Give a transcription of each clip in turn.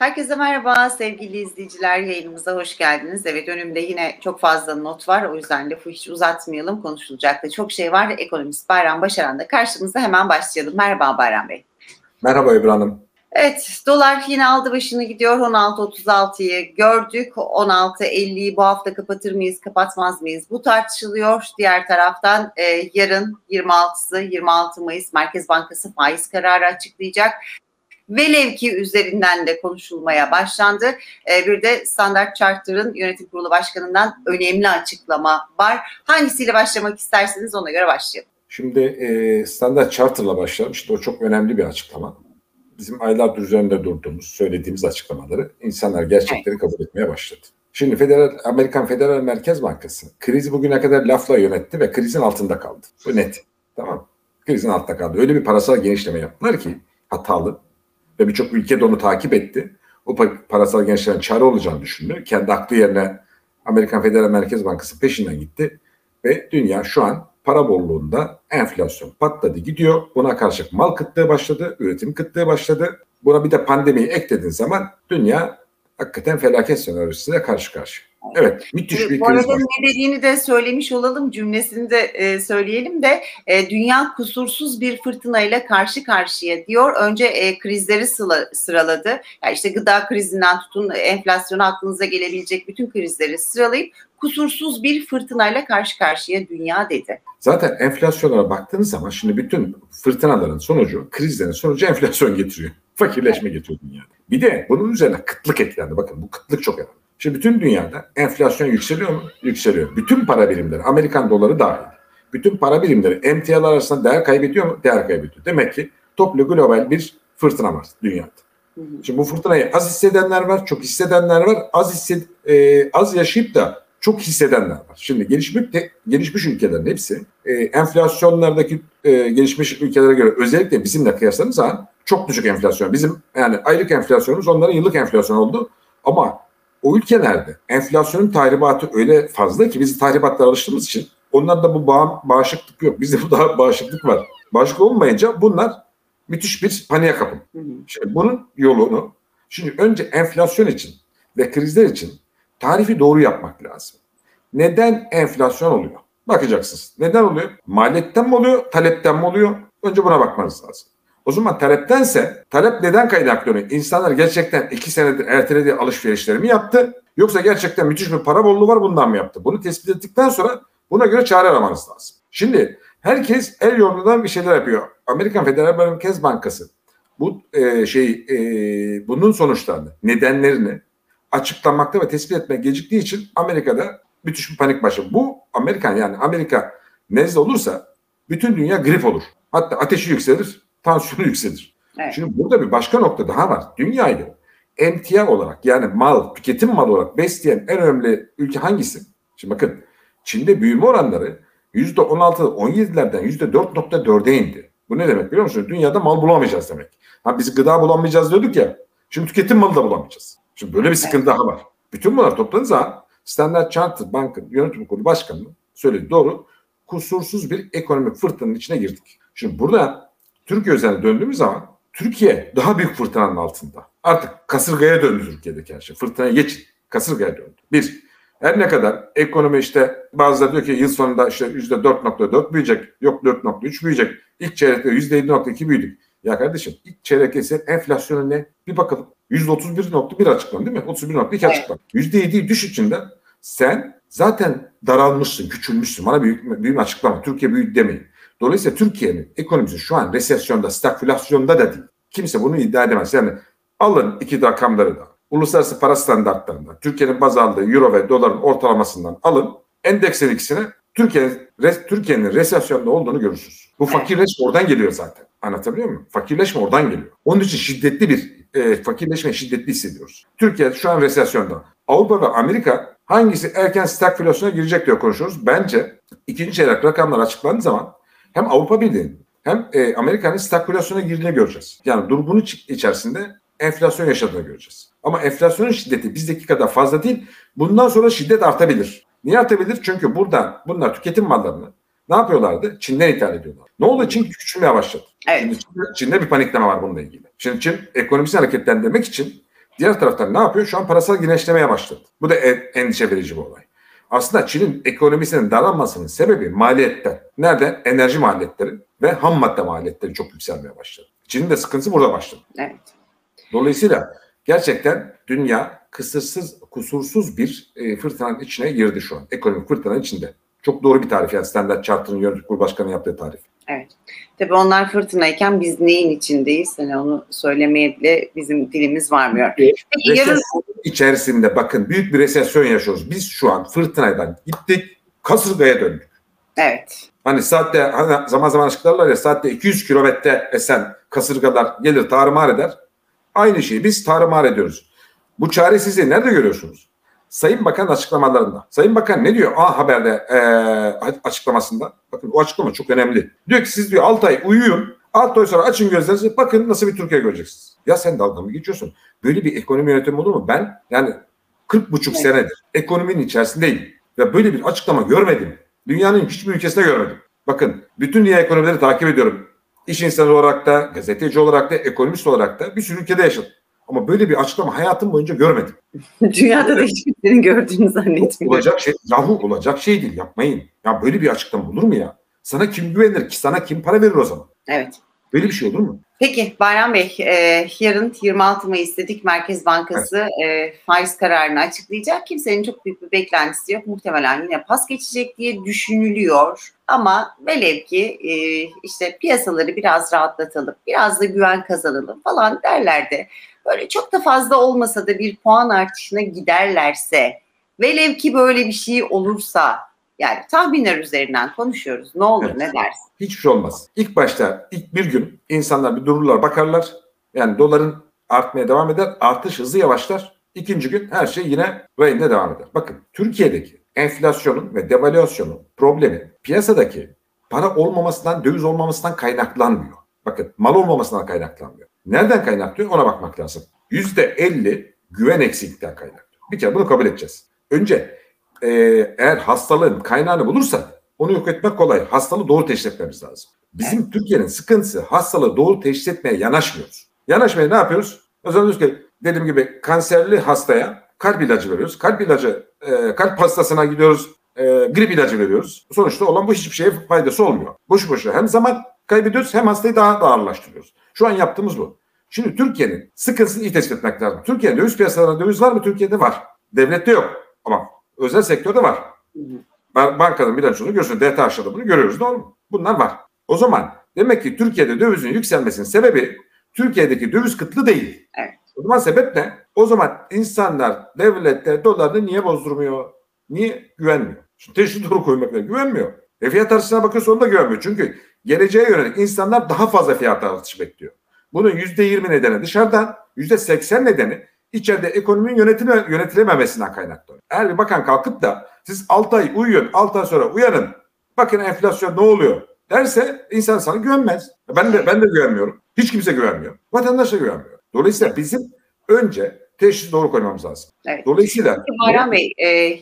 Herkese merhaba sevgili izleyiciler, yayınımıza hoş geldiniz. Evet, önümde yine çok fazla not var, o yüzden lafı hiç uzatmayalım. Konuşulacak da çok şey var. Ekonomist Bayram Başaran da karşımızda, hemen başlayalım. Merhaba Bayram Bey. Merhaba Ebru Hanım. Evet, dolar yine aldı başını gidiyor. 16.36'yı gördük. 16.50'yi bu hafta kapatır mıyız, kapatmaz mıyız? Bu tartışılıyor. Diğer taraftan yarın 26 Mayıs Merkez Bankası faiz kararı açıklayacak. Velev ki üzerinden de konuşulmaya başlandı. Bir de Standard Chartered'ın yönetim kurulu başkanından önemli açıklama var. Hangisiyle başlamak isterseniz ona göre başlayalım. Şimdi Standard Chartered'la başlayalım. İşte o çok önemli bir açıklama. Bizim aylardır üzerinde durduğumuz, söylediğimiz açıklamaları insanlar gerçekleri kabul etmeye başladı. Şimdi Amerikan Federal Merkez Bankası krizi bugüne kadar lafla yönetti ve krizin altında kaldı. Bu net. Tamam. Krizin altında kaldı. Öyle bir parasal genişleme yaptılar ki hatalı. Ve birçok ülke de onu takip etti. O parasal genişlemenin çare olacağını düşündü. Kendi aklı yerine Amerikan Federal Merkez Bankası peşinden gitti. Ve dünya şu an para bolluğunda, enflasyon patladı gidiyor. Buna karşılık mal kıtlığı başladı, üretim kıtlığı başladı. Buna bir de pandemiyi eklediğin zaman dünya hakikaten felaket senaryosuyla karşı karşıya. Evet, müthiş bir kriz var. Bu arada ne dediğini de söylemiş olalım, cümlesini de söyleyelim de dünya kusursuz bir fırtınayla karşı karşıya diyor. Önce krizleri sıraladı. Yani işte gıda krizinden tutun enflasyona aklınıza gelebilecek bütün krizleri sıralayıp kusursuz bir fırtınayla karşı karşıya dünya dedi. Zaten enflasyonlara baktığınız zaman şimdi bütün fırtınaların sonucu, krizlerin sonucu enflasyon getiriyor. Fakirleşme getiriyor dünyada. Bir de bunun üzerine kıtlık eklendi. Bakın bu kıtlık çok önemli. Şimdi bütün dünyada enflasyon yükseliyor mu? Yükseliyor. Bütün para birimleri, Amerikan doları dahil, bütün para birimleri emtialar arasında değer kaybediyor mu? Değer kaybediyor. Demek ki toplu global bir fırtına var dünyada. Şimdi bu fırtınayı az hissedenler var, çok hissedenler var. Az yaşayıp da çok hissedenler var. Şimdi gelişmiş ülkelerin hepsi enflasyonlardaki gelişmiş ülkelere göre özellikle bizimle kıyasladığımız zaman çok düşük enflasyon. Bizim yani aylık enflasyonumuz onların yıllık enflasyon oldu. Ama o ülkelerde enflasyonun tahribatı öyle fazla ki biz tahribatlara alıştığımız için onlarda bu bağışıklık yok. Bizde bu daha bağışıklık var. Bağışıklık olmayınca bunlar müthiş bir paniğe kapılır. Şimdi bunun yolunu şimdi önce enflasyon için ve krizler için tarifi doğru yapmak lazım. Neden enflasyon oluyor? Bakacaksınız. Neden oluyor? Maliyetten mi oluyor? Talepten mi oluyor? Önce buna bakmanız lazım. O zaman taleptense talep neden kaynaklanıyor? İnsanlar gerçekten 2 senedir ertelediği alışverişleri mi yaptı? Yoksa gerçekten müthiş bir para bolluğu var bundan mı yaptı? Bunu tespit ettikten sonra buna göre çare aramanız lazım. Şimdi herkes el yordamından bir şeyler yapıyor. Amerikan Federal Merkez Bankası bunun sonuçlarını, nedenlerini açıklamakta ve tespit etmek geciktiği için Amerika'da müthiş bir panik başladı. Bu Amerika nezle olursa bütün dünya grip olur. Hatta ateşi yükselir, tansiyonu yükselir. Evet. Şimdi burada bir başka nokta daha var. Dünyayı emtia olarak yani tüketim malı olarak besleyen en önemli ülke hangisi? Şimdi bakın Çin'de büyüme oranları %16-17'lerden %4.4'e indi. Bu ne demek biliyor musunuz? Dünyada mal bulamayacağız demek. Biz gıda bulamayacağız diyorduk ya. Şimdi tüketim malı da bulamayacağız. Şimdi böyle bir sıkıntı daha var. Bütün bunlar toplandığı zaman Standard Chartered Bank'ın yönetim kurulu başkanının söylediği doğru. Kusursuz bir ekonomik fırtınanın içine girdik. Şimdi burada Türkiye özeline döndüğümüz zaman Türkiye daha büyük fırtınanın altında. Artık kasırgaya döndü Türkiye'deki her şey. Fırtınaya geçin. Kasırgaya döndü. Her ne kadar ekonomi bazıları diyor ki yıl sonunda %4.4 büyüyecek. Yok 4.3 büyüyecek. İlk çeyrekte %7.2 büyüdük. Ya kardeşim ilk çeyrek ise enflasyonu ne? Bir bakalım. %31.1 açıklandı değil mi? 31.2 açıklandı. %7'yi düş içinden sen zaten daralmışsın, küçülmüşsün. Bana büyüme açıklama. Türkiye büyüdü demeyin. Dolayısıyla Türkiye'nin ekonomisi şu an resesyonda, stagflasyonda da değil. Kimse bunu iddia edemez. Yani alın iki rakamları da. Uluslararası para standartlarında, Türkiye'nin baz aldığı euro ve doların ortalamasından alın. Endeksin ikisine Türkiye'nin resesyonda olduğunu görürsünüz. Bu fakirleşme oradan geliyor zaten. Anlatabiliyor muyum? Fakirleşme oradan geliyor. Onun için fakirleşme şiddetli hissediyoruz. Türkiye şu an resesyonda. Avrupa ve Amerika hangisi erken stagflasyona girecek diye konuşuyoruz. Bence ikinci çeyrek rakamlar açıklandığı zaman hem Avrupa Birliği'nin hem Amerika'nın stagflasyona girdiğini göreceğiz. Yani durgunun içerisinde enflasyon yaşadığını göreceğiz. Ama enflasyonun şiddeti bizdeki kadar fazla değil. Bundan sonra şiddet artabilir. Niye artabilir? Çünkü bunlar tüketim mallarını ne yapıyorlardı? Çin'den ithal ediyorlar. Ne oldu? Çin küçülmeye başladı. Evet. Şimdi Çin'de bir panikleme var bununla ilgili. Şimdi Çin ekonomisini hareketlendirmek için Diğer taraftan ne yapıyor? Şu an parasal güneşlemeye başladı. Bu da endişe verici bir olay. Aslında Çin'in ekonomisinin daralmasının sebebi maliyetten. Nerede? Enerji maliyetleri ve ham madde maliyetleri çok yükselmeye başladı. Çin'in de sıkıntısı burada başladı. Evet. Dolayısıyla gerçekten dünya kusursuz bir fırtınanın içine girdi şu an. Ekonomik fırtınanın içinde. Çok doğru bir tarif yani Standard Chartered'ın yönetim kurulu başkanı yaptığı tarif. Evet. Tabii onlar fırtınayken biz neyin içindeyiz? Hani onu söylemeye bile bizim dilimiz varmıyor. Peki, resesyon içerisinde bakın büyük bir resesyon yaşıyoruz. Biz şu an fırtınadan gittik, kasırgaya döndük. Evet. Hani zaman zaman açıklarlar ya saatte 200 kilometre esen kasırgalar gelir tarumar eder. Aynı şeyi biz tarumar ediyoruz. Bu çaresizliği nerede görüyorsunuz? Sayın Bakan açıklamalarında. Sayın Bakan ne diyor? Haber'de açıklamasında. Bakın o açıklama çok önemli. Diyor ki siz diyor 6 ay uyuyun. 6 ay sonra açın gözlerinizi. Bakın nasıl bir Türkiye göreceksiniz. Ya sen dalga mı geçiyorsun? Böyle bir ekonomi yönetimi olur mu? Ben yani 40,5 senedir ekonominin içerisindeyim. Ve böyle bir açıklama görmedim. Dünyanın hiçbir ülkesinde görmedim. Bakın bütün dünya ekonomileri takip ediyorum. İş insanı olarak da, gazeteci olarak da, ekonomist olarak da bir sürü ülkede yaşadım. Ama böyle bir açıklama hayatım boyunca görmedim. Dünyada da hiçbirini gördüğünü zannetmiyorum. Olacak şey değil, yapmayın. Ya böyle bir açıklama olur mu ya? Sana kim güvenir ki? Sana kim para verir o zaman? Evet. Böyle bir şey olur mu? Peki Bayram Bey, yarın 26 Mayıs dedik Merkez Bankası faiz kararını açıklayacak. Kimsenin çok büyük bir beklentisi yok. Muhtemelen yine pas geçecek diye düşünülüyor. Ama velev ki işte piyasaları biraz rahatlatalım, biraz da güven kazanalım falan derler de böyle çok da fazla olmasa da bir puan artışına giderlerse, velev ki böyle bir şey olursa, yani tahminler üzerinden konuşuyoruz. Ne olur, evet. Ne dersin? Hiçbir şey olmaz. İlk başta ilk bir gün insanlar bir dururlar bakarlar. Yani doların artmaya devam eder. Artış hızı yavaşlar. İkinci gün her şey yine rayında devam eder. Bakın Türkiye'deki enflasyonun ve devalüasyonun problemi piyasadaki para olmamasından, döviz olmamasından kaynaklanmıyor. Bakın mal olmamasından kaynaklanmıyor. Nereden kaynaklıyor ona bakmak lazım. %50 güven eksikliğinden kaynaklıyor. Bir kere bunu kabul edeceğiz. Önce eğer hastalığın kaynağını bulursak onu yok etmek kolay. Hastalığı doğru teşhis etmemiz lazım. Bizim Türkiye'nin sıkıntısı hastalığı doğru teşhis etmeye yanaşmıyoruz. Yanaşmaya ne yapıyoruz? O zaman diyoruz ki dediğim gibi kanserli hastaya kalp ilacı veriyoruz. Kalp hastasına gidiyoruz. Grip ilacı veriyoruz. Sonuçta olan bu hiçbir şeye faydası olmuyor. Boşu boşuna hem zaman kaybediyoruz hem hastayı daha da ağırlaştırıyoruz. Şu an yaptığımız bu. Şimdi Türkiye'nin sıkıntısını iyi tespit etmek lazım. Türkiye'de döviz piyasalarında döviz var mı? Türkiye'de var. Devlette yok. Ama özel sektörde var. Bankanın bilançosunu görüyorsunuz. DTH'da bunu görüyoruz. Doğru mu? Bunlar var. O zaman demek ki Türkiye'de dövizin yükselmesinin sebebi Türkiye'deki döviz kıtlığı değil. Evet. O zaman sebep ne? O zaman insanlar devlette dolarını niye bozdurmuyor? Niye güvenmiyor? Şimdi teşhis doğru koymakla güvenmiyor. Fiyat artışına bakıyorsa onda güvenmiyor. Çünkü geleceğe yönelik insanlar daha fazla fiyat artışı bekliyor. Bunun %20 nedeni dışarıdan, %80 nedeni içeride ekonominin yönetilememesinden kaynaklı. Eğer bir bakan kalkıp da siz 6 ay uyuyun, 6 ay sonra uyanın, bakın enflasyon ne oluyor derse insan sana güvenmez. Ben de güvenmiyorum. Hiç kimse güvenmiyor. Vatandaş da güvenmiyor. Dolayısıyla bizim önce teşhis doğru koymamız lazım. Evet. Dolayısıyla Bayram Bey,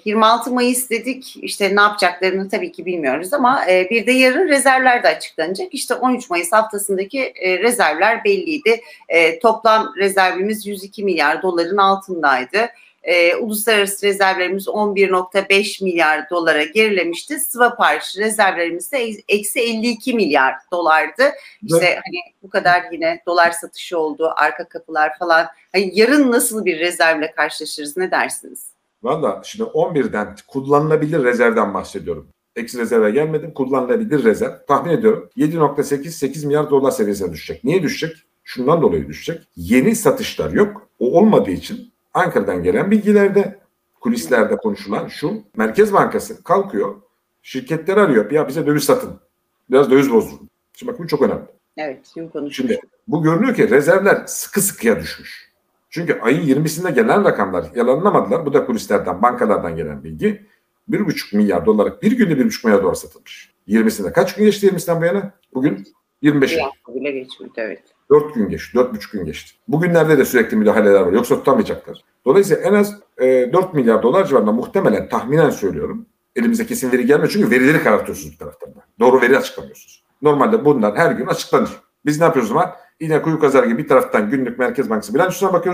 26 Mayıs dedik, işte ne yapacaklarını tabii ki bilmiyoruz ama bir de yarın rezervler de açıklanacak. İşte 13 Mayıs haftasındaki rezervler belliydi. Toplam rezervimiz 102 milyar doların altındaydı. Uluslararası rezervlerimiz 11,5 milyar dolara gerilemişti. Swap hariç rezervlerimiz de eksi 52 milyar dolardı. İşte hani bu kadar yine dolar satışı oldu, arka kapılar falan. Hani yarın nasıl bir rezervle karşılaşırız, ne dersiniz? Valla şimdi 11'den kullanılabilir rezervden bahsediyorum. Eksi rezerve gelmedim. Kullanılabilir rezerv. Tahmin ediyorum 7,8 milyar dolar seviyesine düşecek. Niye düşecek? Şundan dolayı düşecek. Yeni satışlar yok. O olmadığı için Ankara'dan gelen bilgilerde, kulislerde konuşulan şu: Merkez Bankası kalkıyor, şirketler arıyor. Ya bize döviz satın. Biraz döviz bozdurun. Şimdi bak bu çok önemli. Evet, şimdi konuşuruz. Şimdi bu görünüyor ki rezervler sıkı sıkıya düşmüş. Çünkü ayın 20'sinde gelen rakamlar yalanlamadılar. Bu da kulislerden, bankalardan gelen bilgi. 1,5 milyar dolarlık bir günde 1,5 milyar dolar satılmış. 20'sinde kaç gün geçti 20'sinden bu yana? Bugün 25 gün. Bile geçmedi, evet. 4 gün geçti, 4,5 gün geçti. Bugünlerde de sürekli müdahaleler var. Yoksa tutamayacaklar. Dolayısıyla en az 4 milyar dolar civarında muhtemelen tahminen söylüyorum. Elimize kesin veri gelmiyor çünkü verileri karartıyorsunuz bir taraftan da. Doğru veri açıklamıyorsunuz. Normalde bunlar her gün açıklanır. Biz ne yapıyoruz o zaman? Yine kuyu kazar gibi bir taraftan günlük Merkez Bankası bilançosuna bakıyoruz.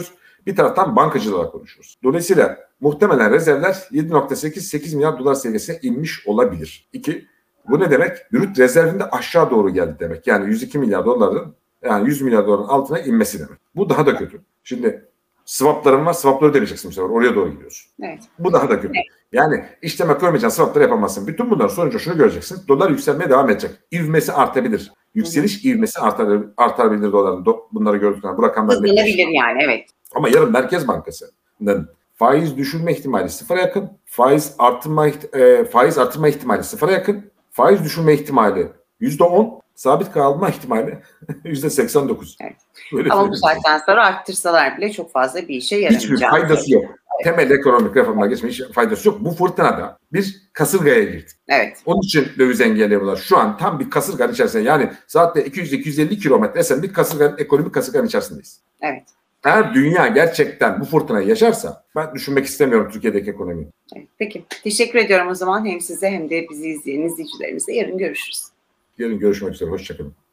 Bir taraftan bankacılığa konuşuyoruz. Dolayısıyla muhtemelen rezervler 7,8 milyar dolar seviyesine inmiş olabilir. 2. Bu ne demek? Brüt rezervinde aşağı doğru geldi demek. Yani 102 milyar doların yani 100 milyar doların altına inmesi demek. Bu daha da kötü. Şimdi swapların var. Swapları ödeyeceksin bu sefer. Oraya doğru gidiyorsun. Evet. Bu daha da kötü. Yani işleme koymayacaksın, swapları yapamazsın. Bütün bunların sonucu şunu göreceksin. Dolar yükselmeye devam edecek. İvmesi artabilir. Yükseliş ivmesi artabilir doların. Bunları gördükten bu rakamlar hızlanabilir yani, evet. Ama yarın Merkez Bankası'nın faiz düşürme ihtimali sıfıra yakın, faiz artırma ihtimali sıfıra yakın, faiz düşürme ihtimali %10, sabit kalma ihtimali %89. Evet. Böyle Ama bu saatten sonra arttırsalar bile çok fazla bir işe yaramayacak. hiçbir faydası yok. Temel ekonomik reformlar geçme hiç faydası yok. Bu fırtınada bir kasırgaya girdik. Evet. Onun için döviz engellemiyorlar. Şu an tam bir kasırganın içerisinde. Yani saatte 200-250 kilometre esen bir ekonomik kasırganın içerisindeyiz. Evet. Eğer dünya gerçekten bu fırtınayı yaşarsa ben düşünmek istemiyorum Türkiye'deki ekonomiyi. Evet. Peki. Teşekkür ediyorum o zaman hem size hem de bizi izleyen izleyicilerimize. Yarın görüşürüz. Yarın görüşmek üzere. Hoşçakalın.